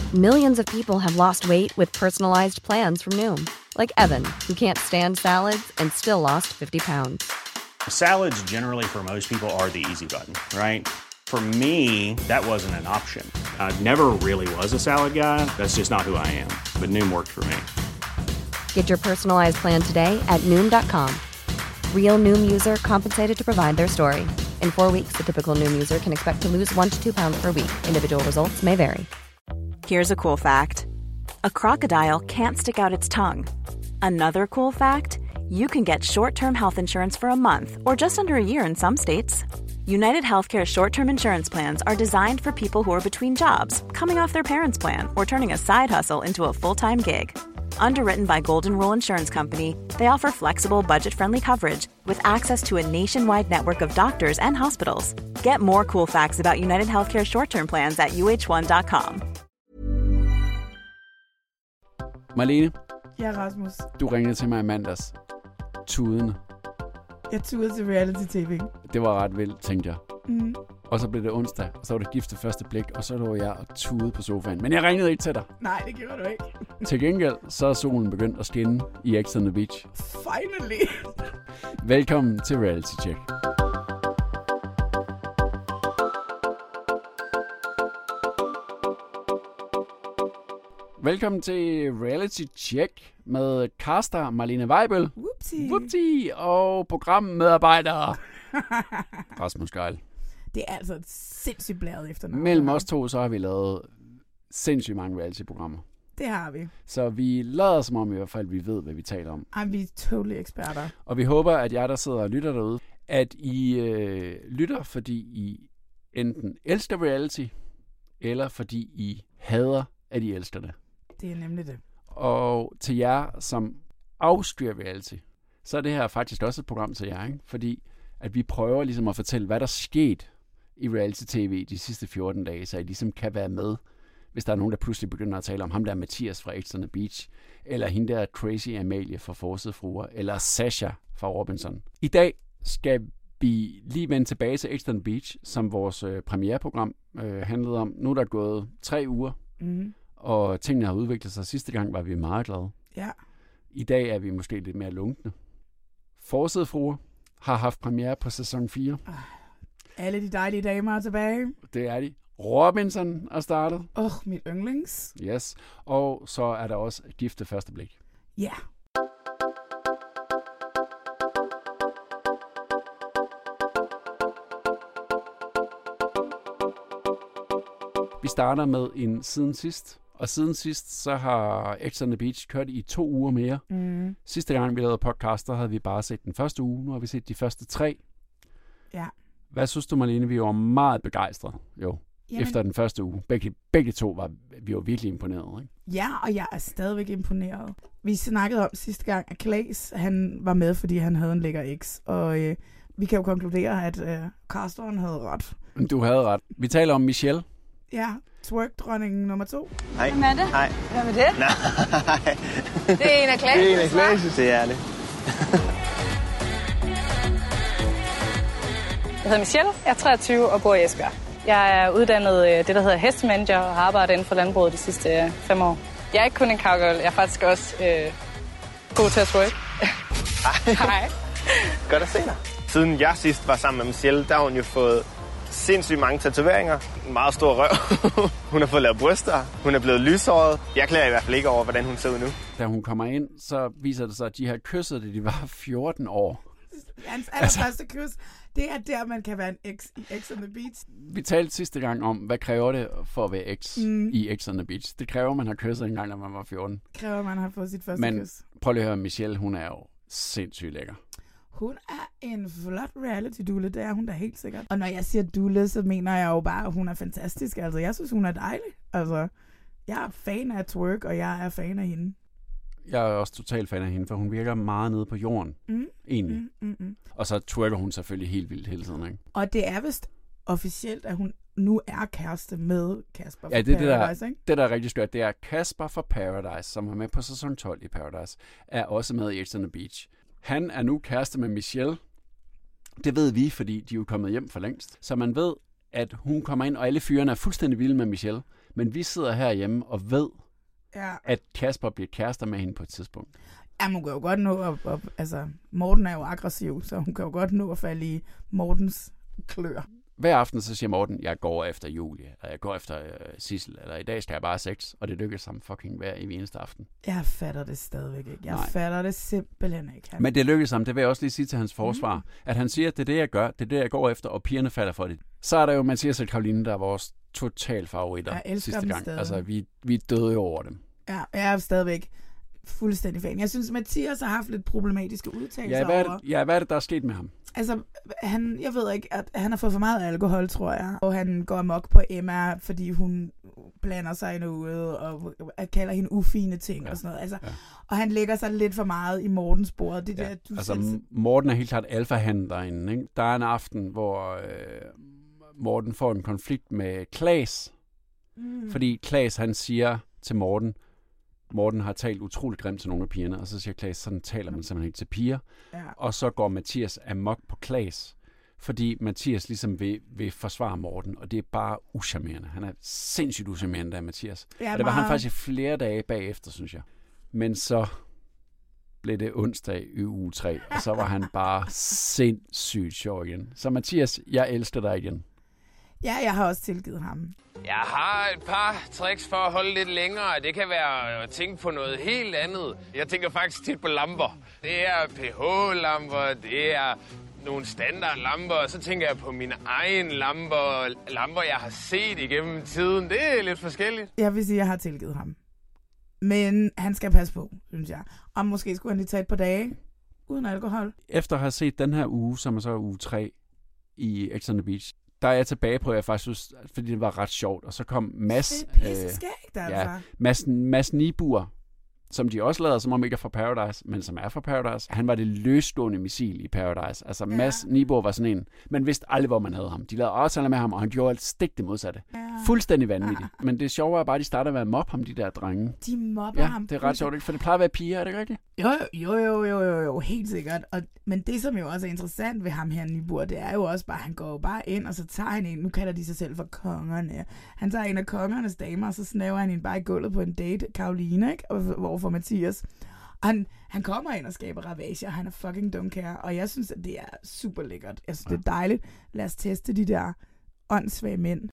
Millions of people have lost weight with personalized plans from Noom. Like Evan, who can't stand salads and still lost 50 pounds. Salads generally for most people are the easy button, right? For me, that wasn't an option. I never really was a salad guy. That's just not who I am. But Noom worked for me. Get your personalized plan today at Noom.com. Real Noom user compensated to provide their story. In 4 weeks, the typical Noom user can expect to lose 1 to 2 pounds per week. Individual results may vary. Here's a cool fact. A crocodile can't stick out its tongue. Another cool fact, you can get short-term health insurance for a month or just under a year in some states. United Healthcare short-term insurance plans are designed for people who are between jobs, coming off their parents' plan, or turning a side hustle into a full-time gig. Underwritten by Golden Rule Insurance Company, they offer flexible, budget-friendly coverage with access to a nationwide network of doctors and hospitals. Get more cool facts about United Healthcare short-term plans at uh1.com. Marlene, Ja, Rasmus. du ringede til mig i mandags. Tudende. Jeg tudede til reality-tv. Det var ret vildt, tænkte jeg. Mm. Og så blev det onsdag, og så var det gift til første blik, og så lå jeg og tudede på sofaen. Men jeg ringede ikke til dig. Nej, det gjorde du ikke. Til gengæld, så er solen begyndt at skinne i X on the Beach. Finally. Velkommen til Reality Check. Velkommen til Reality Check med caster Marlene Weibel. Whoopsie. Og programmedarbejder Rasmus Geil. Det er altså et sindssygt blæret efternavn. Mellem os to, så har vi lavet sindssygt mange reality-programmer. Det har vi. Så vi lader som om i hvert fald, vi ved, hvad vi taler om. Vi er totally eksperter. Og vi håber, at jer, der sidder og lytter derude, at I lytter, fordi I enten elsker reality, eller fordi I hader, at I elsker det. Det er nemlig det. Og til jer, som afstyrer reality, så er det her faktisk også et program til jer, ikke? Fordi at vi prøver ligesom at fortælle, hvad der skete i reality-tv de sidste 14 dage, så I ligesom kan være med, hvis der er nogen, der pludselig begynder at tale om ham der Mathias fra X on the Beach, eller hende der Crazy Amalie fra Forsede Fruer, eller Sasha fra Robinson. I dag skal vi lige vende tilbage til X on the Beach, som vores premiereprogram handlede om. Nu er der gået 3 uger, og tingene har udviklet sig. Sidste gang var vi meget glade. Ja. I dag er vi måske lidt mere lunkne. Forsede Fruer har haft premiere på sæson 4. Alle de dejlige damer er tilbage. Det er de. Robinson er startet. Mit yndlings. Yes. Og så er der også gift ved første blik. Ja. Vi starter med en siden sidst. Og siden sidst, så har X on the Beach kørt i 2 uger mere. Sidste gang, vi lavede podcast, der havde vi bare set den første uge. Nu har vi set de første 3. Ja. Hvad synes du, Marlene? Vi var meget begejstrede, efter den første uge. Begge to var vi var virkelig imponeret, ikke? Ja, og jeg er stadigvæk imponeret. Vi snakkede om sidste gang, at Claes, han var med, fordi han havde en lækker eks. Og vi kan jo konkludere, at casteren havde ret. Du havde ret. Vi taler om Michelle. Ja, twerk-dronningen nummer 2. Hej. Hvem er det? Hej. Hvem er det? Nej. Det er en af Claes'. Det er en af Claes', det er det. Jeg hedder Michelle, jeg er 23 og bor i Esbjerg. Jeg er uddannet det, der hedder hestemanager, og har arbejdet inden for landbruget de sidste 5 år. Jeg er ikke kun en cowgirl, jeg er faktisk også god til at twerk. Hej. Godt at se dig. Siden jeg sidst var sammen med Michelle, der har hun jo fået sindssygt mange tatoveringer. En meget stor røv. Hun har fået lavet bryster. Hun er blevet lyshåret. Jeg klager i hvert fald ikke over, hvordan hun ser ud nu. Da hun kommer ind, så viser det sig, at de har kysset, da de var 14 år. Hans allerførste kys, det er der, man kan være en X i X on the Beach. Vi talte sidste gang om, hvad kræver det for at være X i X on the Beach. Det kræver, man har kysset en gang, når man var 14. Kræver, man har fået sit første Men kys. prøv lige at høre, Michelle, hun er jo sindssygt lækker. Hun er en flot reality-dulle, det er hun da helt sikkert. Og når jeg siger dulle, så mener jeg jo bare, at hun er fantastisk. Altså, jeg synes, hun er dejlig. Altså, jeg er fan af twerk, og jeg er fan af hende. Jeg er også totalt fan af hende, for hun virker meget nede på jorden, egentlig. Og så twerker hun selvfølgelig helt vildt hele tiden, ikke? Og det er vist officielt, at hun nu er kæreste med Kasper fra Paradise, ikke? Det der er rigtig skørt, det er Kasper fra Paradise, som er med på sæson 12 i Paradise, er også med i X on the Beach. Han er nu kæreste med Michelle. Det ved vi, fordi de er jo kommet hjem for længst. Så man ved, at hun kommer ind, og alle fyrene er fuldstændig vilde med Michelle. Men vi sidder herhjemme og ved, Ja. at Kasper bliver kærester med hende på et tidspunkt. Ja, hun kan jo godt nå at altså, Morten er jo aggressiv, så hun kan jo godt nå at falde i Mortens klør. Hver aften så siger Morten, jeg går efter Julie, eller jeg går efter Sissel, eller i dag skal jeg bare have sex, og det lykkes ham fucking hver eneste aften. Jeg fatter det stadigvæk ikke. Jeg fatter det simpelthen ikke. Men det lykkes ham, det vil jeg også lige sige til hans forsvar, at han siger, at det er det, jeg gør, det er det, jeg går efter, og pigerne falder for det. Så er der jo Mathias og Karoline, der er vores total favoritter sidste gang. Stadig. Altså, vi døde jo over dem. Ja, jeg er stadigvæk fuldstændig fan. Jeg synes, Mathias har haft lidt problematiske udtalelser hvad er det, der er sket med ham? Altså, jeg ved ikke, at han har fået for meget alkohol, tror jeg. Og han går amok på Emma, fordi hun blander sig i noget, og kalder hende ufine ting og sådan noget. Altså, og han lægger sig lidt for meget i Mortens bord. Det der, Morten er helt klart alfahanen derinde. Ikke? Der er en aften, hvor Morten får en konflikt med Klaas. Fordi Klaas, han siger til Morten har talt utroligt grimt til nogle af pigerne, og så siger Klaas, sådan taler man simpelthen ikke til piger. Ja. Og så går Mathias amok på Klaas, fordi Mathias ligesom vil forsvare Morten, og det er bare uschammerende. Han er sindssygt uschammerende, der Mathias. Ja, og det var han faktisk i flere dage bagefter, synes jeg. Men så blev det onsdag i uge 3, og så var han bare sindssygt sjov igen. Så Mathias, jeg elsker dig igen. Ja, jeg har også tilgivet ham. Jeg har et par tricks for at holde lidt længere. Det kan være at tænke på noget helt andet. Jeg tænker faktisk tit på lamper. Det er pH-lamper, det er nogle standardlamper, og så tænker jeg på mine egne lamper, jeg har set igennem tiden. Det er lidt forskelligt. Jeg vil sige, at jeg har tilgivet ham. Men han skal passe på, synes jeg. Og måske skulle han lige tage et par dage uden alkohol. Efter at have set den her uge, som er så uge 3 i Ex on the Beach, der er jeg tilbage på, jeg faktisk synes, fordi det var ret sjovt. Og så kom Mads... Det er pisseskægt, altså. Mads Niebuhr, som de også lavede, som om ikke er fra Paradise, men som er fra Paradise. Han var det løsstående missil i Paradise. Altså Mads Niebuhr var sådan en, man vidste aldrig, hvor man havde ham. De lavede aftaler med ham, og han gjorde alt stik det modsatte. Ja. Fuldstændig vanvittigt. Ja. Men det sjove er bare, at de starter med at mobbe ham, de der drenge. De mobber ham. Det er ret sjovt, ikke? For det plejer at være piger, er det ikke rigtigt? Jo, helt sikkert. Men det, som jo også er interessant ved ham her, Niebuhr, det er jo også bare, han går bare ind, og så tager han en, nu kalder de sig selv for kongerne. Han tager en af kongernes damer, og så snæver han hende bare i gulvet på en date, Karoline, ikke? Hvorfor Mathias. Han kommer ind og skaber ravage, og han er fucking dumkær, og jeg synes, at det er super lækkert. Jeg synes, det er dejligt. Lad os teste de der åndssvage mænd.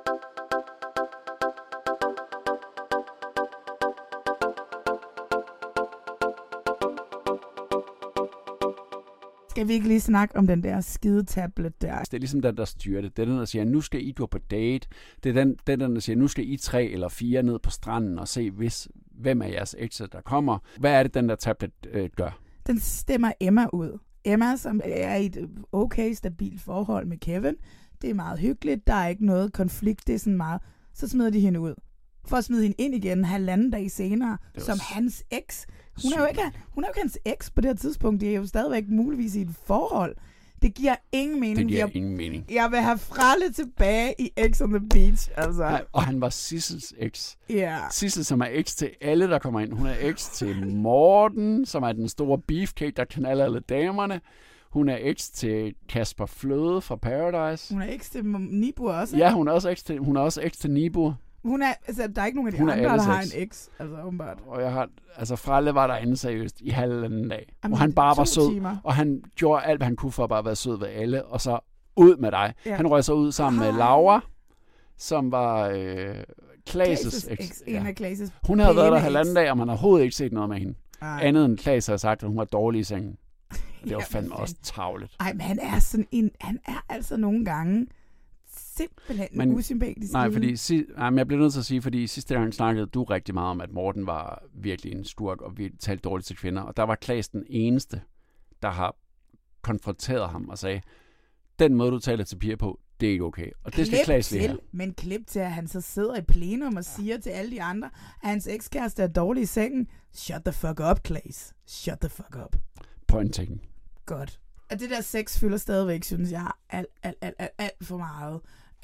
Skal vi ikke lige snakke om den der skide tablet der? Det er ligesom den, der styrer det. Det er den, der siger, nu skal I gå på date. Det er den, der siger, nu skal I 3 eller 4 ned på stranden og se, hvem af jeres ekser, der kommer. Hvad er det, den der tablet gør? Den stemmer Emma ud. Emma, som er i et okay, stabilt forhold med Kevin. Det er meget hyggeligt. Der er ikke noget konflikt. Det er sådan meget... Så smider de hende ud. For at smide hende ind igen 1,5 dag senere, som hans eks. Hun er jo ikke hans eks på det her tidspunkt. De er jo stadigvæk muligvis i et forhold. Det giver ingen mening. Det giver ingen mening. Jeg vil have Fralle tilbage i Ex on the Beach. Altså. Nej, og han var Sissels eks. Yeah. Sissel, som er eks til alle, der kommer ind. Hun er eks til Morten, som er den store beefcake, der knaller alle damerne. Hun er eks til Kasper Fløde fra Paradise. Hun er eks til Niebuhr også. Ja, hun er også eks til Niebuhr. Der er ikke nogen af de andre, der har en eks. Altså, åbenbart. Og Fralle var derinde seriøst i halvanden dag. Hvor han bare var sød. Timer. Og han gjorde alt, hvad han kunne for at bare være sød ved alle. Og så ud med dig. Ja. Han røg så ud sammen med Laura, som var Klaas' eks. En af Klaas' hun havde været der halvanden dag, og man har overhovedet ikke set noget med hende. Andet end Klaas havde sagt, at hun var dårlig i sengen. Det var fandme også tarveligt. Ej, men han er altså nogle gange simpelthen usympatisk. Nej, fordi jeg bliver nødt til at sige, fordi sidste gang snakkede du rigtig meget om, at Morten var virkelig en skurk, og vi talte dårligt til kvinder. Og der var Klaas den eneste, der har konfronteret ham og sagde, den måde, du taler til piger på, det er ikke okay. Og det skal Klaas lige have. Men klip til, at han så sidder i plenum og siger til alle de andre, at hans ekskæreste er dårlig i sengen. Shut the fuck up, Klaas. Shut the fuck up. Point taken. Godt. At det der sex fylder stadigvæk, synes jeg, alt for meget.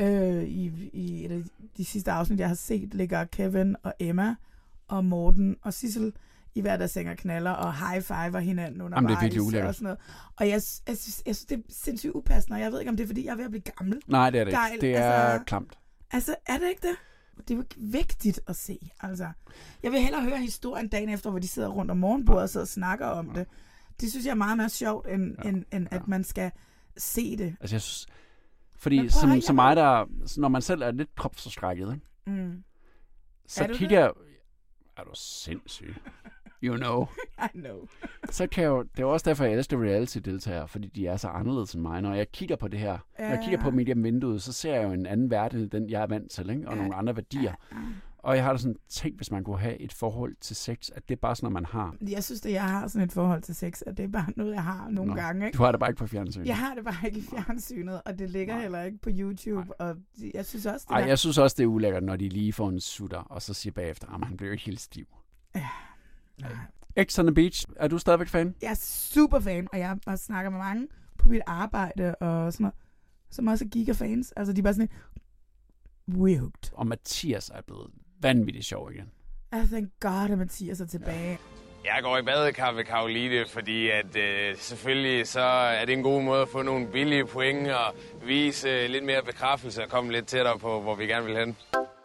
I de sidste afsnit, jeg har set, ligger Kevin og Emma og Morten og Sissel i hver deres seng og knaller og high-fiver hinanden undervejs. Det er virkelig ulækkert. Og sådan noget. Og jeg synes, det er sindssygt upassende, og jeg ved ikke, om det er, fordi jeg er ved at blive gammel. Nej, det er det ikke. Det er klamt. Altså, er det ikke det? det er jo ikke vigtigt at se. Altså, jeg vil hellere høre historien dagen efter, hvor de sidder rundt om morgenbordet og sidder og snakker om det. Det synes jeg er meget mere sjovt, end at man skal se det. Altså, jeg synes, fordi som mig, der, når man selv er lidt kropsforskrækket, ikke? Så kigger jeg... Er du sindssyg? You know. I know. Så kan jeg jo... Det er også derfor, jeg elsker reality-deltagere, fordi de er så anderledes end mig. Når jeg kigger på det her, når jeg kigger på dem igennem vinduet, så ser jeg jo en anden verden, end den jeg er vant til, ikke? Og nogle andre værdier. Og jeg har da sådan tænkt, hvis man kunne have et forhold til sex, at det er bare sådan, når man har. Jeg synes, at jeg har sådan et forhold til sex, at det er bare noget, jeg har nogle gange. Ikke? Du har det bare ikke på fjernsynet. Jeg har det bare ikke i fjernsynet, og det ligger heller ikke på YouTube. Nej. Og jeg synes også, jeg synes også, det er ulækkert, når de lige får en sutter, og så siger bagefter, at han bliver ikke helt stiv. Ja. X on the Beach, er du stadigvæk fan? Jeg er super fan, og jeg har snakket med mange på mit arbejde, og sådan noget, som også er gigafans. Altså, de er bare sådan we're hooked. Og Mathias er blevet vanvittigt sjov igen. I thank God, at Mathias er tilbage. Jeg går i badekar ved Caroline, fordi at selvfølgelig så er det en god måde at få nogle billige point og vise lidt mere bekræftelse og komme lidt tættere på, hvor vi gerne vil hen.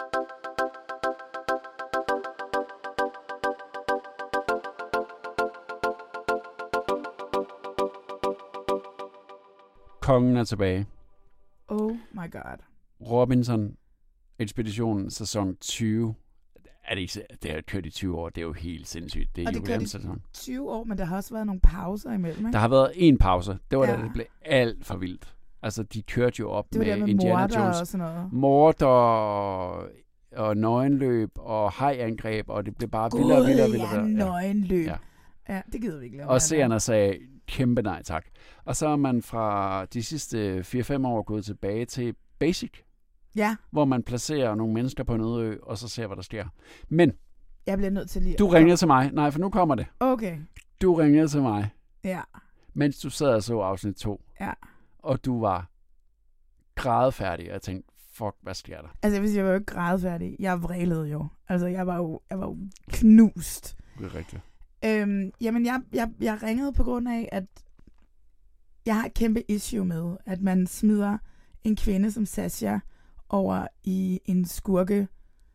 Kongen er tilbage. Oh my God. Robinson Ekspeditionen sæson 20. Det har kørt i 20 år. Det er jo helt sindssygt. Det er jubilæumssæson. 20 år, men der har også været nogle pauser imellem, ikke? Der har været en pause. Det var da det blev alt for vildt. Altså, de kørte jo op med Indiana Jones. Og sådan noget. Morder og nøgenløb og hajangreb, og det blev bare vildere og vildere. Ja, nøgenløb. Ja, det gider vi ikke lave. Og seerne sagde kæmpe nej tak. Og så er man fra de sidste 4-5 år gået tilbage til Basic. Ja. Hvor man placerer nogle mennesker på en øde ø, og så ser, hvad der sker. Men jeg bliver nødt til lige... Du ringede til mig. Nej, for nu kommer det. Okay. Du ringede til mig. Ja. Mens du sad og så afsnit 2. Ja. Og du var grædefærdig, og jeg tænkte, fuck, hvad sker der? Altså, jeg var jo ikke grædefærdig. Jeg vrælede jo. Altså, jeg var jo knust. Det er rigtigt. Jamen, jeg ringede på grund af, at jeg har et kæmpe issue med, at man smider en kvinde som Sasha over i en skurkepulje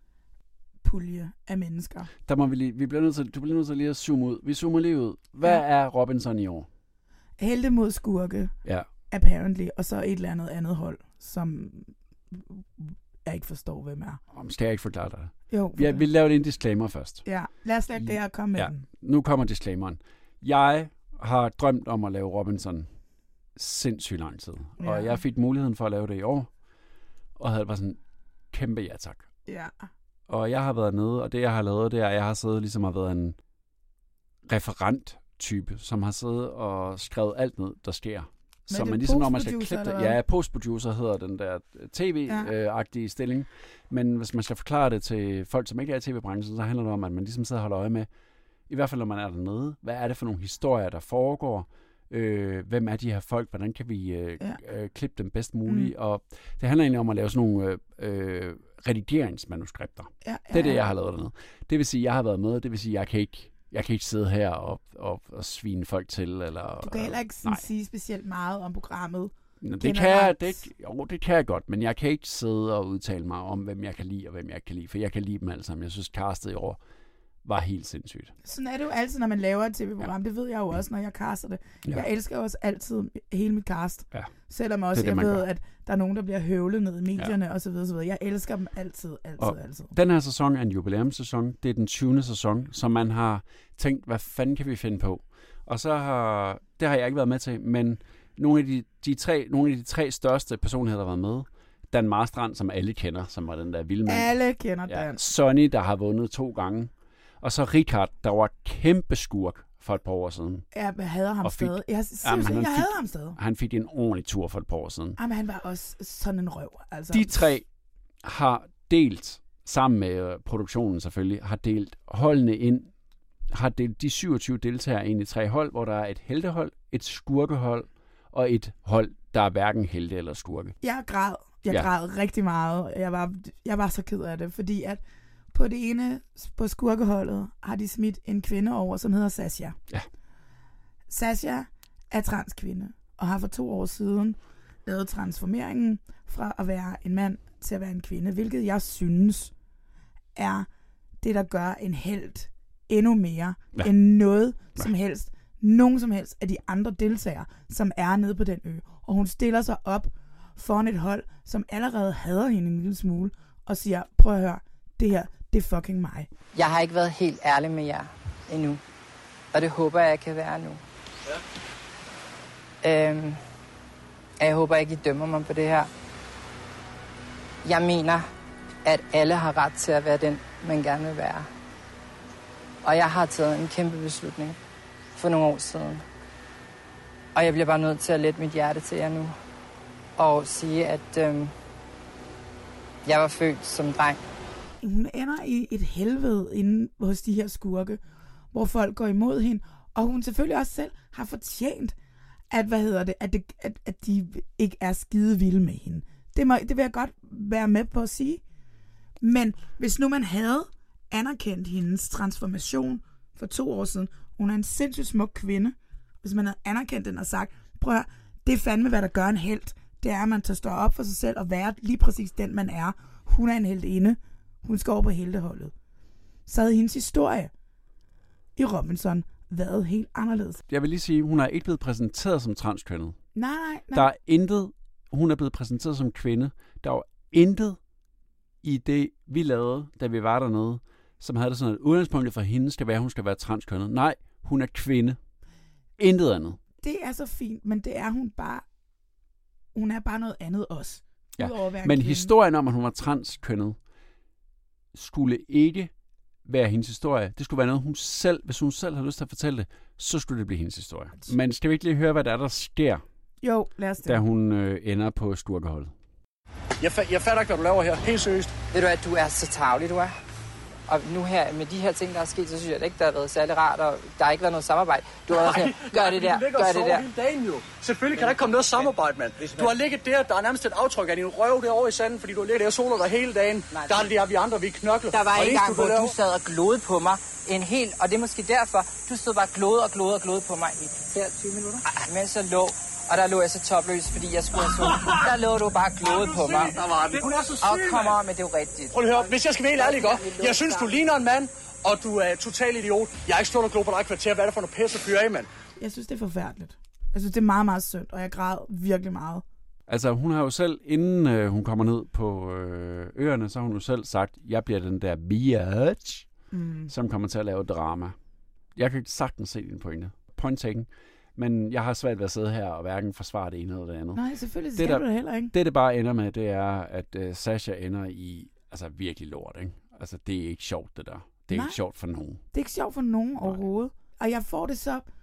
af mennesker. Der må du bliver nødt til lige at zoome ud. Vi zoomer lige ud. Hvad er Robinson i år? Helte mod skurke. Ja. Apparently. Og så et eller andet hold, som jeg ikke forstår, hvem er. Skal jeg ikke forklare dig? Jo. Vi laver en disclaimer først. Ja, lad os lade det her komme med den. Nu kommer disclaimeren. Jeg har drømt om at lave Robinson sindssygt lang tid. Ja. Og jeg fik muligheden for at lave det i år. Og havde bare sådan kæmpe ja tak. Ja. Og jeg har været nede, og det jeg har lavet, det er, at jeg har siddet ligesom har været en referent-type, som har siddet og skrevet alt ned, der sker. Så man ligesom, når man skal klippe det. Ja, postproducer hedder den der tv-agtige stilling. Men hvis man skal forklare det til folk, som ikke er i tv-branchen, så handler det om, at man ligesom sidder og holder øje med, i hvert fald når man er dernede, hvad er det for nogle historier, der foregår? Hvem er de her folk? Hvordan kan vi klippe dem bedst muligt? Og det handler egentlig om at lave sådan nogle redigeringsmanuskripter. Det er det, jeg har lavet dernede. Det vil sige, jeg har været med. Det vil sige, jeg kan ikke sidde her og svine folk til. Eller, du kan heller ikke sige specielt meget om programmet. Det kan jeg godt, men jeg kan ikke sidde og udtale mig om, hvem jeg kan lide og hvem jeg ikke kan lide, for jeg kan lide dem alle sammen. Jeg synes, castet i år var helt sindssygt. Sådan er det jo altid, når man laver et tv-program. Det ved jeg jo også, når jeg caster det. Ja. Jeg elsker også altid hele mit cast. Ja. Selvom også jeg ved, at der er nogen, der bliver høvlet ned i medierne osv. Jeg elsker dem altid. Den her sæson er en jubilæumssæson. Det er den 20. sæson, som man har tænkt, hvad fanden kan vi finde på? Og så det har jeg ikke været med til, men nogle af de tre største personligheder, der har været med. Dan Marstrand, som alle kender, som var den der vilde mand. Alle kender Dan. Ja. Sonny, der har vundet 2 gange. Og så Richard, der var kæmpe skurk for et par år siden. Ja, jeg hader ham stadig. Jeg hader ham stadig. Han fik en ordentlig tur for et par år siden. Jamen, han var også sådan en røv. Altså. De 3 har delt, sammen med produktionen selvfølgelig, har delt holdene ind, har delt de 27 deltagere ind i 3 hold, hvor der er et heltehold, et skurkehold og et hold, der er hverken helte eller skurke. Jeg græd rigtig meget. Jeg var så ked af det, fordi at på det ene, på skurkeholdet, har de smidt en kvinde over, som hedder Sasha. Ja. Sasha er transkvinde, og har for 2 år siden lavet transformeringen fra at være en mand til at være en kvinde, hvilket jeg synes er det, der gør en helt endnu mere end noget som helst, nogen som helst af de andre deltagere, som er nede på den ø. Og hun stiller sig op foran et hold, som allerede hader hende en lille smule, og siger, prøv at høre, det her, det er fucking mig. Jeg har ikke været helt ærlig med jer endnu, og det håber jeg kan være nu. Ja. Jeg håber ikke, I dømmer mig på det her. Jeg mener, at alle har ret til at være den, man gerne vil være. Og jeg har taget en kæmpe beslutning for nogle år siden. Og jeg bliver bare nødt til at lette mit hjerte til jer nu. Og sige, at jeg var født som dreng. Hun ender i et helvede inde hos de her skurke, hvor folk går imod hende. Og hun selvfølgelig også selv har fortjent, at de ikke er skide vilde med hende. Det vil jeg godt være med på at sige. Men hvis nu man havde anerkendt hendes transformation for 2 år siden, hun er en sindssygt smuk kvinde, hvis man havde anerkendt den og sagt, prøv at, det er fandme, hvad der gør en helt. Det er, at man tager stå op for sig selv og være lige præcis den, man er. Hun er en heltinde. Hun skal over på helteholdet. Så havde hendes historie i Robinson været helt anderledes. Jeg vil lige sige, hun er ikke blevet præsenteret som transkønnet. Nej. Der er intet, hun er blevet præsenteret som kvinde. Der var intet i det, vi lavede, da vi var dernede, som havde det sådan, at udgangspunktet for hende skal være, at hun skal være transkønnet. Nej, hun er kvinde. Intet andet. Det er så fint, men det er hun bare. Hun er bare noget andet også. Ja. Men historien om, at hun var transkønnet, skulle ikke være hendes historie. Det skulle være noget, hun selv, hvis hun selv havde lyst til at fortælle det, så skulle det blive hendes historie. Men skal vi ikke lige høre, hvad der sker? Jo, lad os det. Da hun ender på skurkeholdet. Jeg fatter ikke, hvad du laver her. Helt seriøst. Ved du at du er så tarvelig, du er. Og nu her, med de her ting, der er sket, så synes jeg ikke, det har været særlig rart, og der har ikke været noget samarbejde. Du har sådan, gør det der, gør det der. Hele dagen, jo. Selvfølgelig kan der ikke komme noget samarbejde, mand. Du har ligget der er nærmest et aftryk af din røv derovre i sanden, fordi du har ligget der og soler dig hele dagen. Nej, der er det vi andre, vi knokler. Der var en gang, hvor du sad og glodede på mig en hel, og det er måske derfor, du stod bare glodede på mig i 20 minutter. Men så lå, og der lå jeg så topløs, fordi jeg skulle have solet. Der lå du bare glode på mig. Hun er så syg, og kommer med, det er jo rigtigt. Prøv at høre, hvis jeg skal være helt ærlig, godt. Jeg synes, du ligner en mand, og du er total idiot. Jeg er ikke stået og glå på dig kvarter. Hvad er det for noget pisse at fyre af, mand? Jeg synes, det er forfærdeligt. Jeg synes, det er meget, meget synd, og jeg græd virkelig meget. Altså, hun har jo selv, inden hun kommer ned på øerne, så har hun jo selv sagt, jeg bliver den der biatch, som kommer til at lave drama. Jeg kan sagtens se din pointe. Point taken. Men jeg har svært ved at sidde her og hverken forsvare det ene eller det andet. Nej, selvfølgelig skal du det heller ikke. Det bare ender med, det er, at Sasha ender i virkelig lort, ikke? Altså, det er ikke sjovt, det der. Det er ikke sjovt for nogen. Det er ikke sjovt for nogen overhovedet. Og jeg får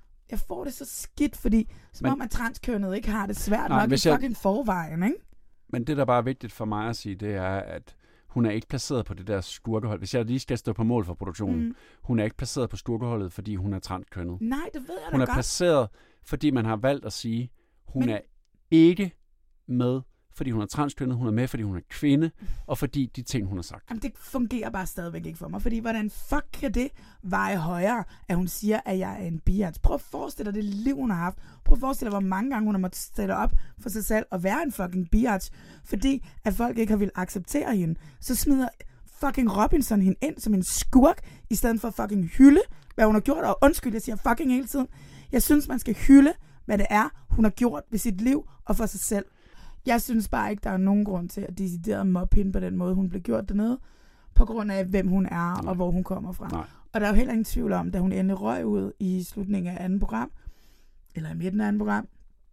det så skidt, fordi om at transkønnet ikke har det svært nok i fucking forvejen, ikke? Men det, der bare er vigtigt for mig at sige, det er, at hun er ikke placeret på det der skurkehold. Hvis jeg lige skal stå på mål for produktionen, hun er ikke placeret på skurkeholdet, fordi hun er transkønnet. Nej, det ved jeg da godt. Hun er placeret, fordi man har valgt at sige, hun er ikke med, fordi hun er transkønnet, hun er med, fordi hun er kvinde, og fordi de ting, hun har sagt. Jamen, det fungerer bare stadigvæk ikke for mig, fordi hvordan fuck kan det veje højere, at hun siger, at jeg er en biatch? Prøv at forestille dig det liv, hun har haft. Prøv at forestille dig, hvor mange gange hun har måttet stille op for sig selv og være en fucking biatch, fordi at folk ikke har ville acceptere hende. Så smider fucking Robinson hende ind som en skurk, i stedet for fucking hylde, hvad hun har gjort. Og undskyld, jeg siger fucking hele tiden. Jeg synes, man skal hylde, hvad det er, hun har gjort ved sit liv og for sig selv. Jeg synes bare ikke, der er nogen grund til at decideret mobbe hende på den måde, hun blev gjort dernede, på grund af, hvem hun er og hvor hun kommer fra. Nej. Og der er jo heller ingen tvivl om, da hun endelig røg ud i slutningen af andet program, eller i midten af andet program,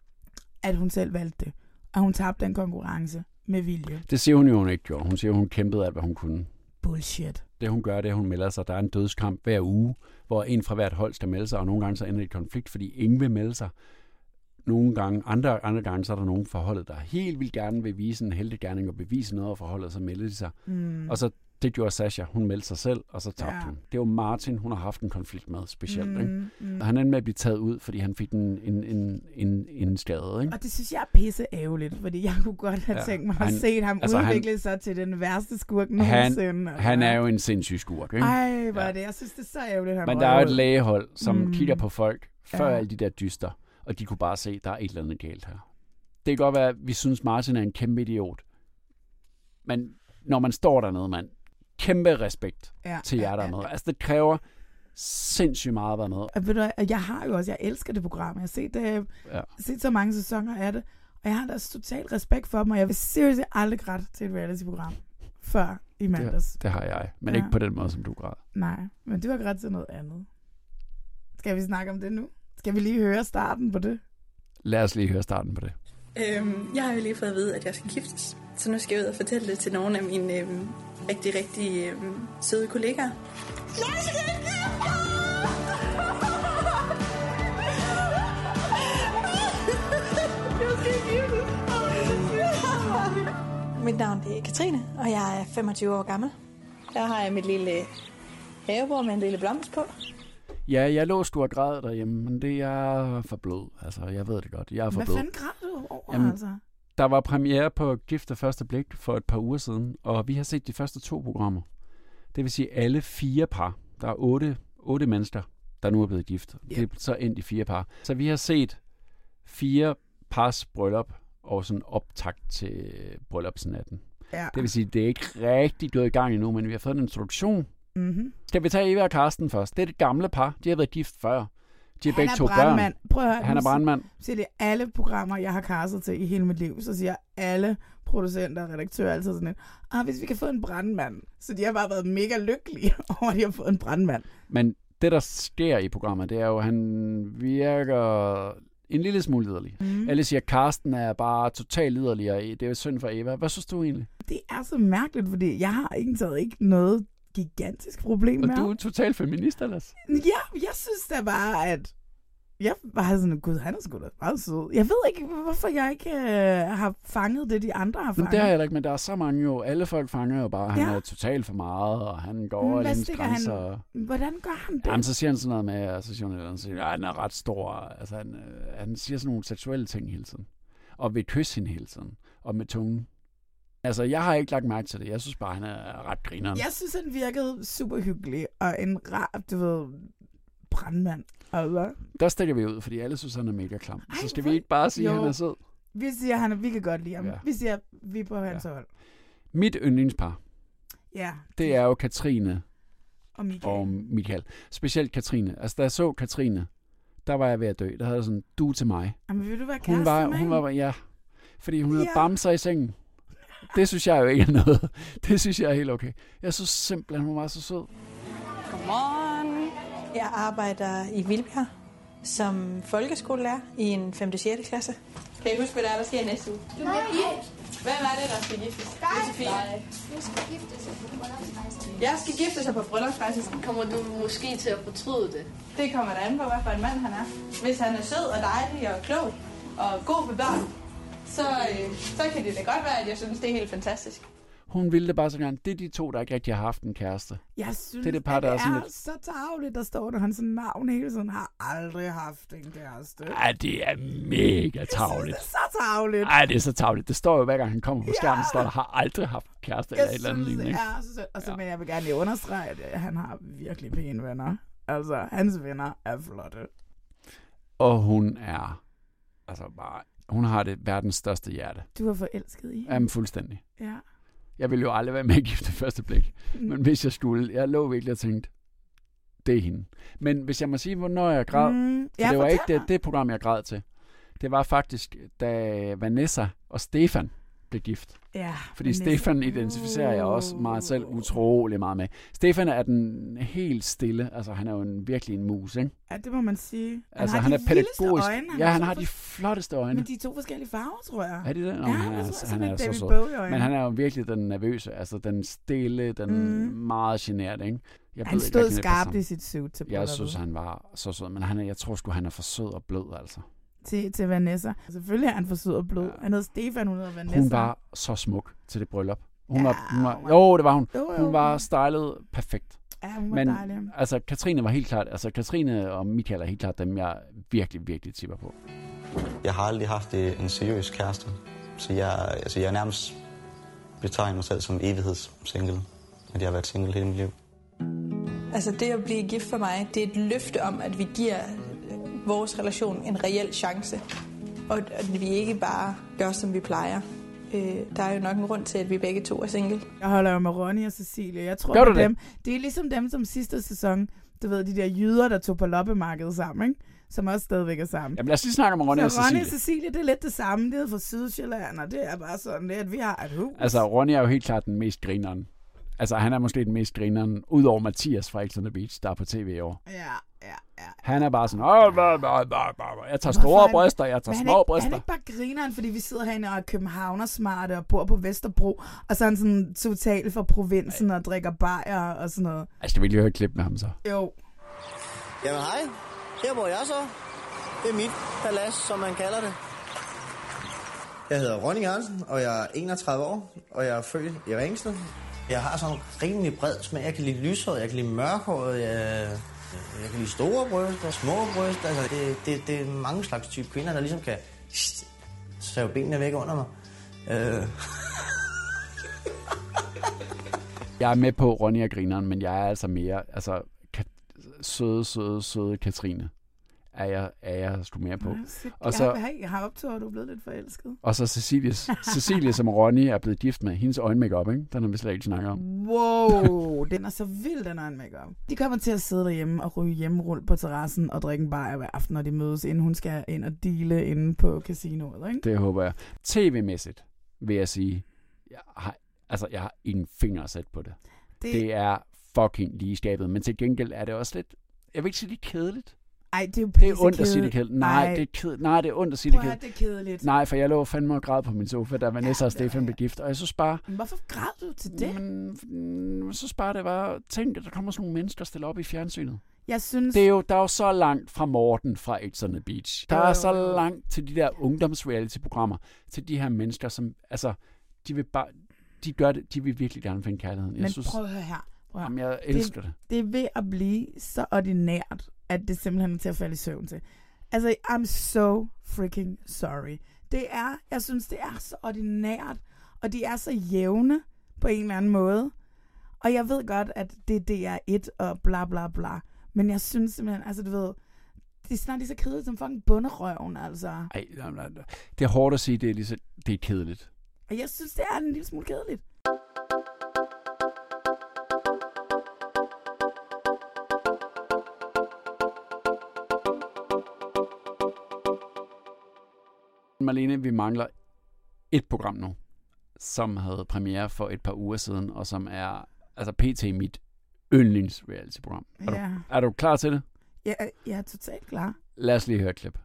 at hun selv valgte det. Og hun tabte den konkurrence med vilje. Det siger hun jo, hun ikke gjorde. Hun siger, hun kæmpede alt, hvad hun kunne. Bullshit. Det hun gør, det er, at hun melder sig. Der er en dødskamp hver uge, hvor en fra hvert hold skal melde sig, og nogle gange så ender det i konflikt, fordi ingen vil melde sig. Nogle gange, andre gange, så er der nogen forholdet, der helt vildt gerne vil vise en heltegerning og bevise noget af forholdet, så melder de sig. Og så det gjorde Sasha. Hun meldte sig selv, og så tabte hun. Det var Martin, hun har haft en konflikt med, specielt. Ikke? Og han endte med at blive taget ud, fordi han fik en skade. Ikke? Og det synes jeg er pisse ærgerligt, fordi jeg kunne godt have tænkt mig at se ham udvikle sig til den værste skurk nogensinde. Han er jo en sindssyg skurk. Ikke? Ej, hvor er det. Jeg synes, det er så ærgerligt. Men der er jo et lægehold, som kigger på folk, før alle de der dyster. Og de kunne bare se, at der er et eller andet galt her. Det kan godt være, at vi synes, Martin er en kæmpe idiot. Men når man står dernede, mand, kæmpe respekt til jer, der er med. Altså, det kræver sindssygt meget at være med. Og ved du, jeg elsker det program. Jeg har set så mange sæsoner af det, og jeg har da totalt respekt for dem, og jeg vil seriøst aldrig græde til et reality-program før i mandags. Det har jeg, men ikke på den måde, som du græd. Nej, men du har grædt til noget andet. Skal vi snakke om det nu? Skal vi lige høre starten på det? Lad os lige høre starten på det. Jeg har jo lige fået at vide, at jeg skal giftes. Så nu skal jeg ud og fortælle det til nogle af mine rigtig søde kollegaer. Jeg skal Mit navn er Katrine, og jeg er 25 år gammel. Der har jeg mit lille havebord med en lille blomst på. Ja, jeg lå sgu og græd derhjemme, men det er for blød. Altså, jeg ved det godt. Jeg er for blød. Hvad fanden græd du over, altså? Der var premiere på Gift ved første blik for et par uger siden, og vi har set de første 2 programmer. Det vil sige alle 4 par. Der er 8 mennesker, der nu er blevet gift. Yep. Det er så endt i 4 par. Så vi har set 4 pars bryllup og sådan optakt til bryllupsnatten. Ja. Det vil sige, det er ikke rigtig gået i gang endnu, men vi har fået en introduktion. Mm-hmm. Skal vi tage Eva og Karsten først? Det er det gamle par. De har været gift før. De har begge 2 børn. Prøv at høre, han er brandmand. Så det er alle programmer, jeg har castet til i hele mit liv. Så siger alle producenter og redaktører altid sådan et, hvis vi kan få en brandmand. Så de har bare været mega lykkelige over, at de har fået en brandmand. Men det, der sker i programmet, det er jo, at han virker en lille smule liderlig. Alle siger, at Karsten er bare totalt liderlig, og det er jo synd for Eva. Hvad synes du egentlig? Det er så mærkeligt, fordi jeg har ikke noget gigantisk problem med. Og du er totalt feminist, ellers? Ja, jeg synes da bare, at jeg var sådan, gud, han er sgu da meget sød. Jeg ved ikke, hvorfor jeg ikke har fanget det, de andre har fanget. Men det har jeg ikke, men der er så mange jo. Alle folk fanger jo bare, han er totalt for meget, og han går over hendes grænser. Hvordan gør han det? Jamen, så siger han sådan noget med, han er ret stor. Altså, han siger sådan nogle seksuelle ting hele tiden. Og vil kysse hende hele tiden. Og med tungen. Altså, jeg har ikke lagt mærke til det. Jeg synes bare, han er ret grineren. Jeg synes, han virkede super hyggelig, og en rar, brandmand. Altså. Der stikker vi ud, fordi alle synes, han er mega klam. Så skal vi ikke bare sige, at han er sød? Vi siger, vi kan godt lide ham. Ja. Vi siger, vi er på hans hold. Mit yndlingspar, det er jo Katrine og Michael. Specielt Katrine. Altså, da jeg så Katrine, der var jeg ved at dø. Der havde jeg sådan, du til mig. Jamen, vil du være kæreste med? Hun var, fordi hun havde bamser i sengen. Det synes jeg jo ikke er noget. Det synes jeg er helt okay. Jeg synes simpelthen, hun var så sød. Godmorgen. Jeg arbejder i Vildbjerg som folkeskolelærer i en 5. og 6. klasse. Kan I huske, hvad der sker næste uge? Du bliver gift. Hvem er det, der skal giftes? Du skal gifte sig på bryllupsrejsen. Jeg skal gifte sig på bryllupsrejsen. Kommer du måske til at fortryde det? Det kommer der an på, hvad for en mand han er. Hvis han er sød og dejlig og klog og god ved børn, så kan det da godt være, at jeg synes, det er helt fantastisk. Hun ville det bare så gerne. Det er de 2, der ikke rigtig har haft en kæreste. Jeg synes, det er, det par, der er sådan så tarveligt, der står der hans navn hele tiden. Har aldrig haft en kæreste. Ej, det er mega tarveligt. Det er så tarveligt. Ej, det er så tarveligt. Det står jo hver gang han kommer på skærmen, står der, har aldrig haft en kæreste eller et eller andet lignende. Men jeg vil gerne lige understrege, at han har virkelig pæne venner. Altså, hans venner er flotte. Og hun er bare... Hun har det verdens største hjerte. Du er forelsket i hende? Jamen, fuldstændig. Ja. Jeg ville jo aldrig være med i Gift ved første blik. Men hvis jeg skulle, jeg lå virkelig og tænkte, det er hende. Men hvis jeg må sige, hvornår jeg græd, for det var ikke det program, jeg græd til. Det var faktisk, da Vanessa og Stefan blev gift. Ja, fordi Stefan identificerer jeg også mig selv utrolig meget med. Stefan er den helt stille, altså han er jo virkelig en mus, ikke? Ja, det må man sige. Han er pædagogisk. Han har de flotteste øjne. Men de 2 forskellige farver, tror jeg. Er de det? Ja, han er så sød. Men han er jo virkelig den nervøse, altså den stille, den meget generte, ikke? Han stod skarpt i sit suit til brylluppet. Jeg synes, han var så sød, men jeg tror sgu, han er for sød og blød, altså. Til Vanessa. Selvfølgelig er han for sød og blød. Han hed Stefan, hun hed Vanessa. Hun var så smuk til det bryllup. Det var hun. Hun var stylet perfekt. Ja, hun var dejlig. Altså, Katrine var helt klart, Katrine og Michael er helt klart dem, jeg virkelig, virkelig tipper på. Jeg har aldrig haft en seriøs kæreste, så jeg nærmest betegner mig selv som evighedssingle, at jeg har været single hele mit liv. Altså, det at blive gift for mig, det er et løfte om, at vi giver vores relation en reel chance. Og at vi ikke bare gør, som vi plejer. Der er jo nok en grund til, at vi begge to er single. Jeg holder jo med Ronny og Cecilie. Jeg tror, Gør du dem, det er ligesom dem som sidste sæson. Du ved, de der jyder, der tog på loppemarkedet sammen, ikke? Som også stadigvæk er sammen. Jamen lad os lige snakke om Ronny og Cecilie. Ronny og Cecilie, det er lidt det samme. Det er fra Sydsjælland, og det er bare sådan, at vi har et hus. Altså, Ronny er jo helt klart den mest grineren. Altså, han er måske den mest grineren, udover Mathias fra X on the Beach, der er på tv i år. Ja. Han er bare sådan, jeg tager store bryster, jeg tager små bryster. Han er ikke bare grineren, fordi vi sidder herinde og er københavnersmarte og bor på Vesterbro, og så er han sådan totalt fra provinsen og drikker bajer og sådan noget. Altså, det vil jeg høre et klip med ham så. Jo. Jamen hej, her bor jeg så. Det er mit palads, som man kalder det. Jeg hedder Ronny Jørgensen, og jeg er 31 år, og jeg er født i Ringsted. Jeg har sådan en rimelig bred smag. Jeg kan lide lyshåret, jeg kan lide mørkhåret, jeg kan lide store bryster, små bryster. Altså, det er mange slags type kvinder, der ligesom kan save benene væk under mig. Jeg er med på Ronny og grineren, men jeg er altså mere, søde Katrine. Er jeg sgu mere på. Og så jeg har optået, du er blevet lidt forelsket. Og så Cecilie, som Ronny er blevet gift med, hendes øjenmakeup, ikke? Den har vi slet ikke snakket om. Wow, den er så vild, den øjenmakeup. De kommer til at sidde derhjemme og ryge hjemmerull på terrassen og drikke en bajer hver aften, når de mødes, inden hun skal ind og deale inde på casinoet, ikke? Det håber jeg. TV-mæssigt vil jeg sige, jeg har ingen finger sat på det. Det er fucking lige skabet, men til gengæld er det også lidt, jeg vil ikke sige, det er kedeligt. Ej, det er jo det er ondt at sige det kedeligt. Nej, det er kedeligt. Nej, det er ondt at sige det kedeligt. Det er kedeligt. Nej, for jeg lå fandme og græd på min sofa, da Vanessa og Stefan blev gift. Og jeg synes bare... Men hvorfor græd du til det? Jeg synes bare, det var... Tænk, at der kommer sådan nogle mennesker og stiller op i fjernsynet. Jeg synes... Der er jo så langt fra Morten fra X on the Beach. Der er så langt til de der ungdomsreality-programmer, til de her mennesker, som... Altså, de vil bare... De gør det. De vil virkelig gerne finde kærligheden. Men prøv at høre her. Jamen, jeg elsker det. Det er ved at blive så ordinært, at det simpelthen er til at falde i søvn til. Altså, I'm so freaking sorry. Jeg synes, det er så ordinært, og de er så jævne på en eller anden måde. Og jeg ved godt, at det er et og bla bla bla. Men jeg synes simpelthen, altså du ved, det er snart lige så kedeligt som fucking bunderøven, altså. Ej, det er hårdt at sige, det er kedeligt. Og jeg synes, det er en lille smule kedeligt. Marlene, vi mangler et program nu, som havde premiere for et par uger siden, og som er pt. Mit yndlings-reality-program. Er du klar til det? Ja, jeg er totalt klar. Lad os lige høre et klip.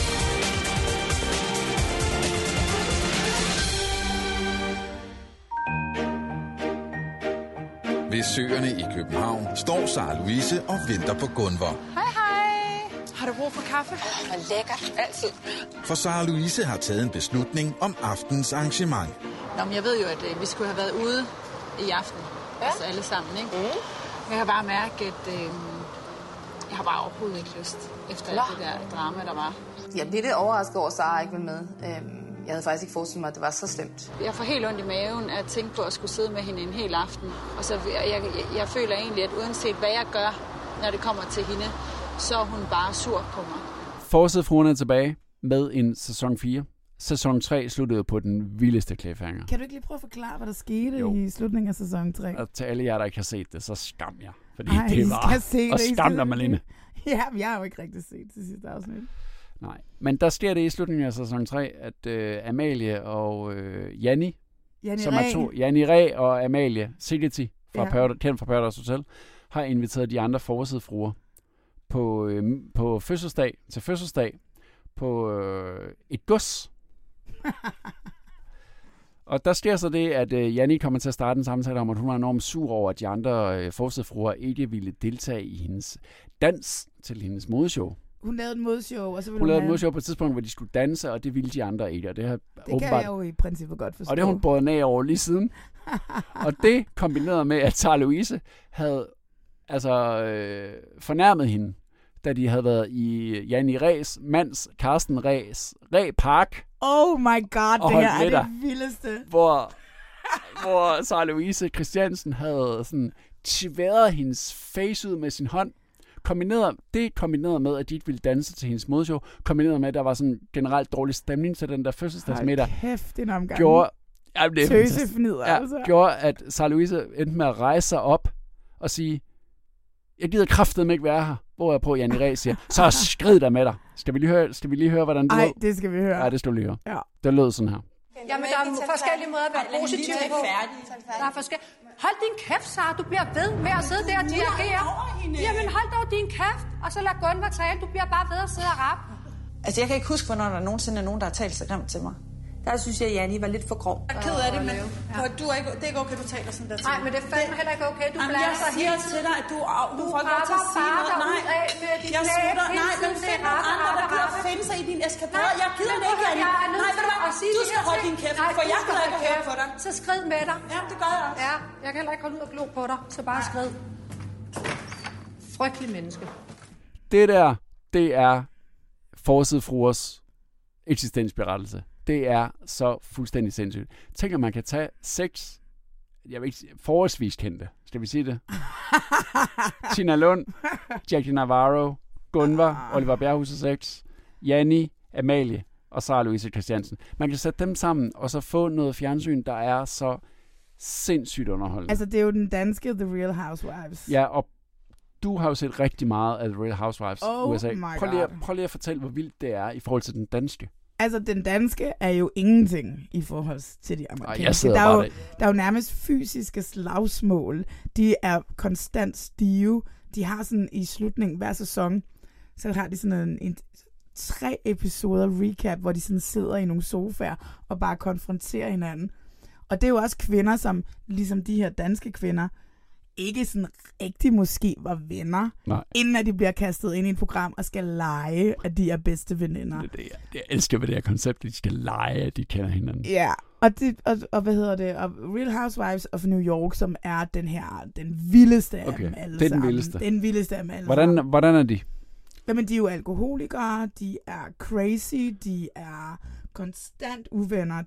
Ved søerne i København står Sara Louise og venter på Gunvor. Hej. Har du brug for kaffe? Lækkert. Altid. For Sara Louise har taget en beslutning om aftens arrangement. Nå, men jeg ved jo, at vi skulle have været ude i aften. Ja. Altså alle sammen, ikke? Mm. Jeg har bare mærket, at jeg har bare overhovedet ikke lyst efter alt det der drama, der var. Jeg bliver lidt overrasket over, at Sara ikke vil med. Jeg havde faktisk ikke forestillet mig, at det var så slemt. Jeg får helt ondt i maven at tænke på at skulle sidde med hende en hel aften. Og så jeg føler egentlig, at uanset hvad jeg gør, når det kommer til hende, så er hun bare sur på mig. Forsidefruerne er tilbage med en sæson 4. Sæson 3 sluttede på den vildeste cliffhanger. Kan du ikke lige prøve at forklare, hvad der skete i slutningen af sæson 3? Og til alle jer, der ikke har set det, så skam jer. Fordi det var... Og skam dig, Marlene. Ja, jeg har jo ikke rigtig set til sidste afsnit. Nej, men der sker det i slutningen af sæson 3, at Amalie og Janni Ræ og Amalie Sigeti kendt fra Paradise Hotel, har inviteret de andre forsidefruer på fødselsdag på et gods. Og der sker så det, at Janni kommer til at starte en samtale om, at hun er enormt sur over, at de andre forsidefruer ikke ville deltage i hendes dans til hendes modeshow. Hun lavede et modeshow, og så ville hun lavede et modeshow på et tidspunkt, hvor de skulle danse, og det ville de andre ikke. Og det kan jeg jo i princippet godt forstå. Og det har hun båret af over lige siden. Og det kombineret med, at Sara Louise havde fornærmet hende, da de havde været i Janni Ræs mands, Karsten Ræ Park. Oh my god, det her er det vildeste. Hvor Sara Louise Christiansen havde sådan tværet hendes face ud med sin hånd. Kombineret med, at de ikke ville danse til hendes modeshow, kombineret med, at der var sådan generelt dårlig stemning til den der fødselsdagsmiddag, kæft, en omgang. gjorde, tøsefnider. Ja, gjorde, at Sarah Louise endte med at rejse sig op og sige, jeg gider kraftedeme ikke være her. Hvor jeg på, Janni Ræ siger, så skrid der med dig. Skal vi lige høre, hvordan du... Nej, det skal vi høre. Ja, det skal du lige høre. Ja. Det lød sådan her. Jamen, der er forskellige måder at være positiv på. Der er Hold din kæft, Sara. Du bliver ved med at sidde der og dirigere. Jamen, hold dog din kæft, og så lad Gunvar tale. Du bliver bare ved at sidde og rappe. Altså, jeg kan ikke huske, hvornår der nogensinde er nogen, der har talt så grimt til mig. Der synes jeg, Janni var lidt for grov. Jeg er ked af det, men det er ikke okay, du taler sådan der til. Nej, men det er fandme heller ikke okay. Du blander sig hele tiden. Jeg siger til dig, at du får ikke lov til at sige noget. Nej, jeg slutter. Nej, men find nogle andre, der gider at finde sig i din eskapade. Jeg gider det ikke, Janni. Nej, ved du hvad? Du skal holde din kæft, for jeg gider ikke at høre på dig. Så skrid med dig. Ja, det gør jeg også. Ja, jeg kan heller ikke holde ud og glo på dig, så bare skrid. Frygtelig menneske. Det er forsidefruers eksistensberettelse. Det er så fuldstændig sindssygt. Tænk, at man kan tage 6, jeg vil ikke sige, forholdsvis kendte, skal vi sige det? Tina Lund, Jackie Navarro, Gunvar, Oliver Bjerghus og 6, Janni, Amalie og Sarah Louise Christiansen. Man kan sætte dem sammen og så få noget fjernsyn, der er så sindssygt underholdende. Altså, det er jo den danske The Real Housewives. Ja, og du har jo set rigtig meget af The Real Housewives USA. Prøv lige at fortælle, hvor vildt det er i forhold til den danske. Altså, den danske er jo ingenting i forhold til de amerikanske. Der er jo nærmest fysiske slagsmål. De er konstant stive. De har sådan i slutningen hver sæson, så har de sådan en 3 episoder recap, hvor de sådan sidder i nogle sofaer og bare konfronterer hinanden. Og det er jo også kvinder, som ligesom de her danske kvinder, ikke sådan rigtig måske var venner, inden at de bliver kastet ind i et program og skal lege, at de er bedste veninder. Jeg elsker ved det her koncept, at de skal lege, at de kender hinanden. Ja, og hvad hedder det? Og Real Housewives of New York, som er den vildeste af dem alle det er sammen. Den vildeste af dem alle Hvordan er de? Jamen, de er jo alkoholikere, de er crazy, de er konstant uvenner,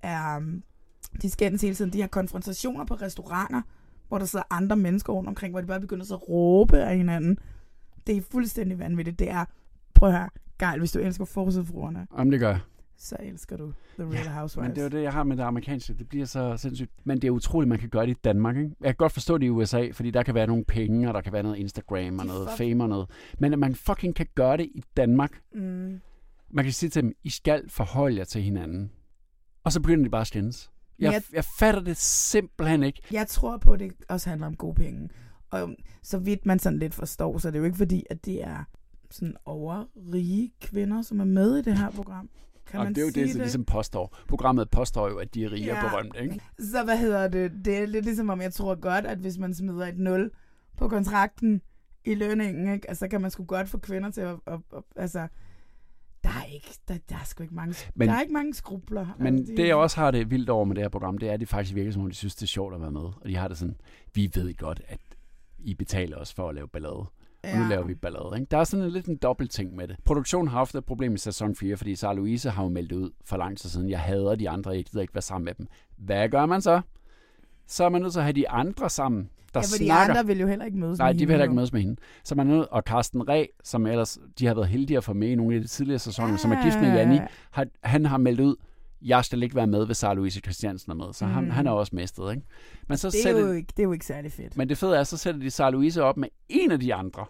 de skændes hele tiden, de har konfrontationer på restauranter, hvor der sidder andre mennesker rundt omkring, hvor de bare begynder så at råbe af hinanden. Det er fuldstændig vanvittigt. Det er, prøv at høre, gejl, hvis du elsker forsidefruerne. Jamen, det gør jeg. Så elsker du The Real Housewives. Men det er jo det, jeg har med det amerikanske. Det bliver så sindssygt. Men det er utroligt, man kan gøre det i Danmark, ikke? Jeg kan godt forstå det i USA, fordi der kan være nogle penge, og der kan være noget Instagram og noget fame og noget. Men at man fucking kan gøre det i Danmark. Mm. Man kan sige til dem, I skal forholde jer til hinanden. Og så begynder de bare at skændes. Jeg fatter det simpelthen ikke. Jeg tror på, at det også handler om gode penge. Og så vidt man sådan lidt forstår, så det er jo ikke fordi, at det er sådan overrige kvinder, som er med i det her program. Kan man det er jo det, som ligesom påstår. Programmet påstår jo, at de er rige og berømte, ikke? Så hvad hedder det? Det er lidt ligesom om, jeg tror godt, at hvis man smider et 0 på kontrakten i lønningen, ikke? Altså, kan man sgu godt få kvinder til at altså... Der er sgu ikke mange, der er ikke mange skrubler. Men altså, det, jeg også har det vildt over med det her program, det er, at de faktisk virker, som om de synes, det er sjovt at være med. Og de har det sådan, vi ved godt, at I betaler os for at lave ballade. Og nu laver vi ballade, ikke? Der er sådan lidt en dobbelt ting med det. Produktionen har haft et problem i sæson 4, fordi Sarah Louise har jo meldt ud for lang tid siden, jeg hader de andre, jeg gider ikke være sammen med dem. Hvad gør man så? Så er man nødt til at have de andre sammen, der snakker. Ja, for de andre vil jo heller ikke mødes med hende. Nej, de vil heller ikke mødes med hende. Så man er nødt, og Carsten Ræ, som ellers, de har været heldige at få med i nogle af de tidligere sæsoner, som er gift med Janni, han har meldt ud, jeg skal ikke være med, hvis Sarah Louise Christiansen er med. Så han er også mestet, ikke? Men så det er jo ikke særlig fedt. Men det fede er, så sætter de Sarah Louise op med en af de andre.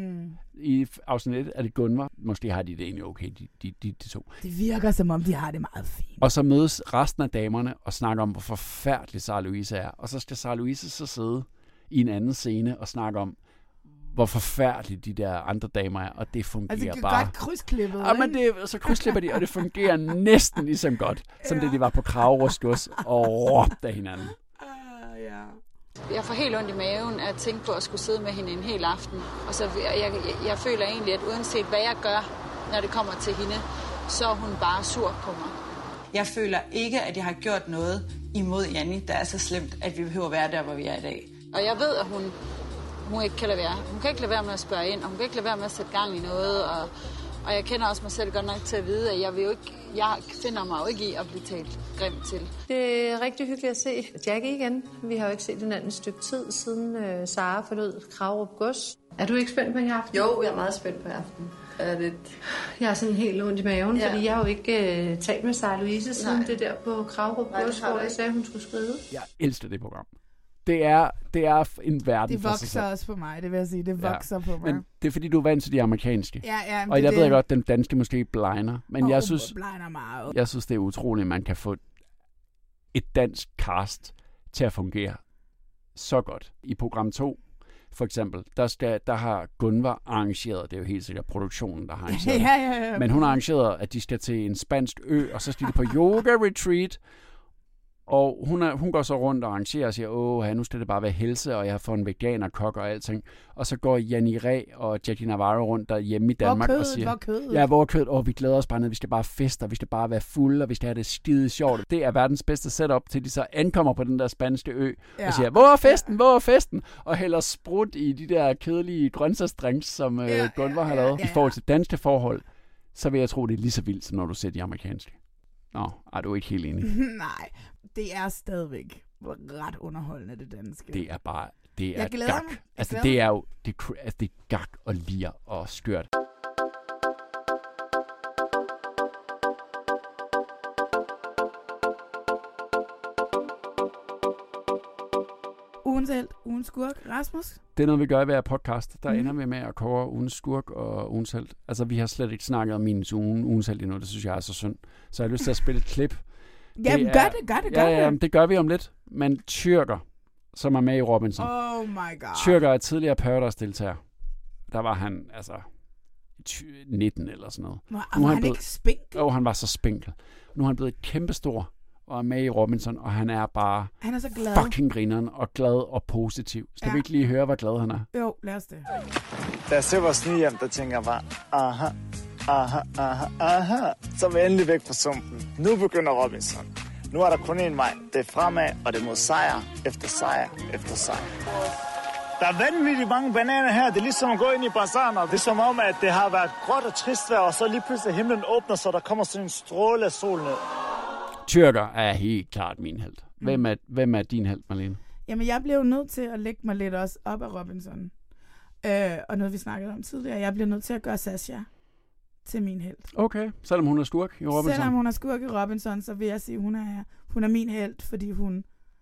I afsnit 1 er det Gunvar. Måske har de det egentlig okay, de to. Det virker som om, de har det meget fint. Og så mødes resten af damerne og snakker om, hvor forfærdelig Sarah Louise er. Og så skal Sarah Louise så sidde i en anden scene og snakke om, hvor forfærdeligt de der andre damer er, og det fungerer altså, det bare. Altså, godt krydsklippet, ja, men så krydsklipper de, og det fungerer næsten lige så godt, som det de var på Kragerøs Gods og råbte af hinanden. Jeg får helt ondt i maven at tænke på at skulle sidde med hende en hel aften. Og så jeg føler egentlig, at uanset hvad jeg gør, når det kommer til hende, så er hun bare sur på mig. Jeg føler ikke, at jeg har gjort noget imod Janni, der er så slemt, at vi behøver at være der, hvor vi er i dag. Og jeg ved, at hun ikke kan lade være. Hun kan ikke lade være med at spørge ind, og hun kan ikke lade være med at sætte gang i noget. Og jeg kender også mig selv godt nok til at vide, at jeg finder mig jo ikke i at blive talt grimt til. Det er rigtig hyggeligt at se Jackie igen. Vi har jo ikke set hinanden et stykke tid, siden Sara forlod Kragerup Gods. Er du ikke spændt på i aften? Jo, jeg er meget spændt på i aften. Jeg er sådan helt ondt i maven, fordi jeg har jo ikke talt med Sarah Louise siden det der på Kravrup Gods, hvor jeg sagde, hun skulle skrive. Jeg elsker det program. Det er en verden for sig selv. Det vokser også på mig, det vil jeg sige. Det vokser på mig. Men det er fordi, du er vant til de amerikanske. Ja, og jeg ved godt, den danske måske blegner. Men jeg synes, meget. Jeg synes, det er utroligt, at man kan få et dansk cast til at fungere så godt. I program 2, for eksempel, der har Gunvar arrangeret, det er jo helt sikkert produktionen, der har arrangeret ja. Men hun har arrangeret, at de skal til en spansk ø, og så skal de på yoga-retreat. Og hun går så rundt og arrangerer og siger, nu skal det bare være helse, og jeg har fået en veganerkok og alting. Og så går Janni Ræ og Jackie Navarro rundt derhjemme i Danmark og siger, hvor kødet, vi glæder os bare ned, vi skal bare feste, og vi skal bare være fulde, og vi skal have det skide sjovt. Det er verdens bedste setup, til de så ankommer på den der spanske ø, og siger, hvor er festen? Og hælder sprut i de der kedelige grøntsagsdrinks, som Gunvar har lavet. I forhold til danske forhold, så vil jeg tro, det er lige så vildt, som når du ser de amerikanske. Nå, er du ikke helt enig? Nej, det er stadigvæk ret underholdende, det danske. Det er bare, det er gak. Altså, det er jo, det er gak og lir og skørt. Ugens helt, ugens skurk, Rasmus? Det er noget, vi gør i hver podcast. Der ender vi med at kåre ugens skurk og ugens helt. Altså, vi har slet ikke snakket om ugens helt endnu. Det synes jeg er så synd. Så jeg har lyst til at spille et klip. Jamen, gør det. Ja, det gør vi om lidt. Men Tyrker, som er med i Robinson. Oh my god. Tyrker er tidligere Paradise-deltager. Der var han, 19 eller sådan noget. Var han ikke spinkel? Han var så spinkel. Nu er han blevet kæmpestor og er med i Robinson, og han er bare så glad. Fucking grineren og glad og positiv. Skal vi ikke lige høre, hvor glad han er? Jo, lad os det. Da jeg ser vores nye hjem, der tænker jeg bare, aha, så er vi endelig væk fra sumpen. Nu begynder Robinson. Nu er der kun en vej. Det er fremad, og det er mod sejr efter sejr efter sejr. Der er vanvittigt mange bananer her. Det er ligesom at gå ind i bazaren, og det er som om, at det har været gråt og trist vejr, og så lige pludselig himlen åbner, så der kommer sådan en stråle af sol ned. Tyrker er helt klart min helt. Hvem er din helt, Marlene? Jamen, jeg blev nødt til at lægge mig lidt også op af Robinson. Og noget, vi snakkede om tidligere. Jeg bliver nødt til at gøre Sasha til min helt. Okay, selvom hun er skurk i Robinson? Selvom hun er skurk i Robinson, så vil jeg sige, hun er min helt, fordi hun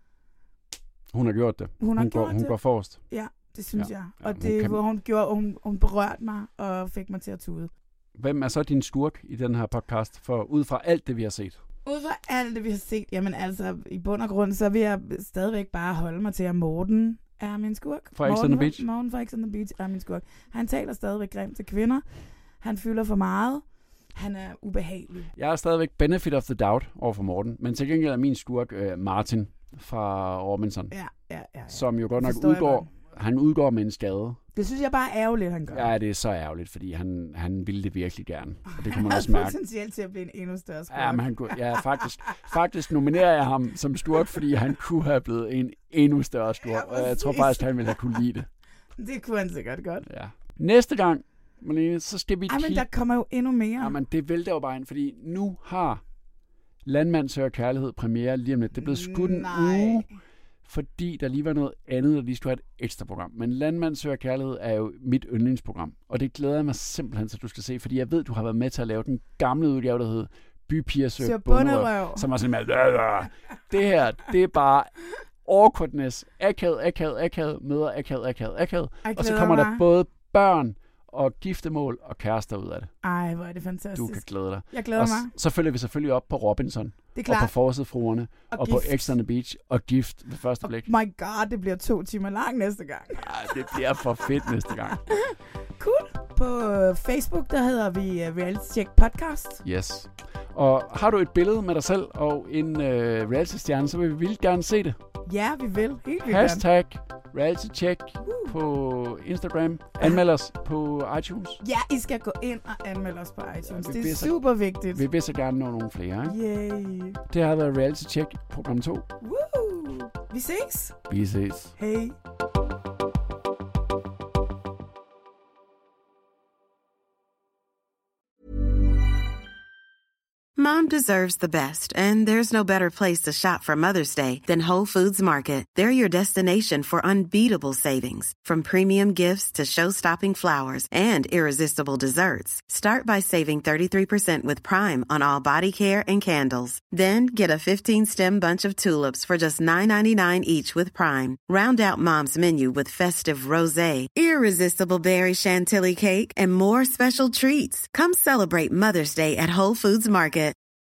har gjort det. Hun går forrest. Ja, det synes jeg. Og det, hvor hun berørte mig og fik mig til at tude. Hvem er så din skurk i den her podcast, for ud fra alt det, vi har set? Ud fra alt det, vi har set, jamen altså, i bund og grund, så vil jeg stadigvæk bare holde mig til, at Morten er min skurk. Fra X on the Beach? Morten fra X on the Beach er min skurk. Han taler stadigvæk grimt til kvinder. Han fylder for meget. Han er ubehagelig. Jeg er stadigvæk benefit of the doubt over for Morten, men til gengæld er min skurk Martin fra Robinson. Ja. Som jo godt nok udgår med en skade. Det synes jeg bare er ærgerligt, han gør. Ja, det er så ærgerligt, fordi han ville det virkelig gerne. Og det kan man også mærke. Potentielt til at blive en endnu større skurk. Ja, men faktisk nominerer jeg ham som skurk, fordi han kunne have blevet en endnu større skurk. Og jeg tror faktisk, han ville have kunne lide det. Det kunne han sikkert godt. Ja. Næste gang, Marlene, så skal vi men der kommer jo endnu mere. Jamen, det vælter jo bare ind, fordi nu har Landmand søger kærlighed premiere lige om lidt. Det er blevet skudt en uge, fordi der lige var noget andet, der lige skulle have et ekstra program. Men Landmand søger kærlighed er jo mit yndlingsprogram, og det glæder jeg mig simpelthen, så du skal se, fordi jeg ved, du har været med til at lave den gamle udgave, der hed Bypiger søger bunderøv, som var sådan med, det her, det er bare awkwardness, akavet, møder akavet, og så kommer der både børn og giftermål og kærester ud af det. Ej, hvor er det fantastisk. Du kan glæde dig. Jeg glæder mig. Så følger vi selvfølgelig op på Robinson. Det er klart. Og på Forsædfruerne. Og på X on the Beach. Og gift ved første blik. My god, det bliver 2 timer lang næste gang. Ja, det bliver for fedt næste gang. Cool. På Facebook, der hedder vi Reality Check Podcast. Yes. Og har du et billede med dig selv og en reality-stjerne, så vil vi vildt gerne se det. Ja, vi vil. Helt vildt. Hashtag Reality Check på Instagram. Anmeld os på iTunes. Ja, I skal gå ind og anmelde os på iTunes. Det er super vigtigt. Vi vil så gerne nå nogle flere, ikke? Yay. Det har været Reality Check, program 2. Woo. Vi ses. Vi ses. Hej. Mom deserves the best, and there's no better place to shop for Mother's Day than Whole Foods Market. They're your destination for unbeatable savings, from premium gifts to show-stopping flowers and irresistible desserts. Start by saving 33% with Prime on all body care and candles. Then get a 15-stem bunch of tulips for just $9.99 each with Prime. Round out Mom's menu with festive rosé, irresistible berry chantilly cake, and more special treats. Come celebrate Mother's Day at Whole Foods Market.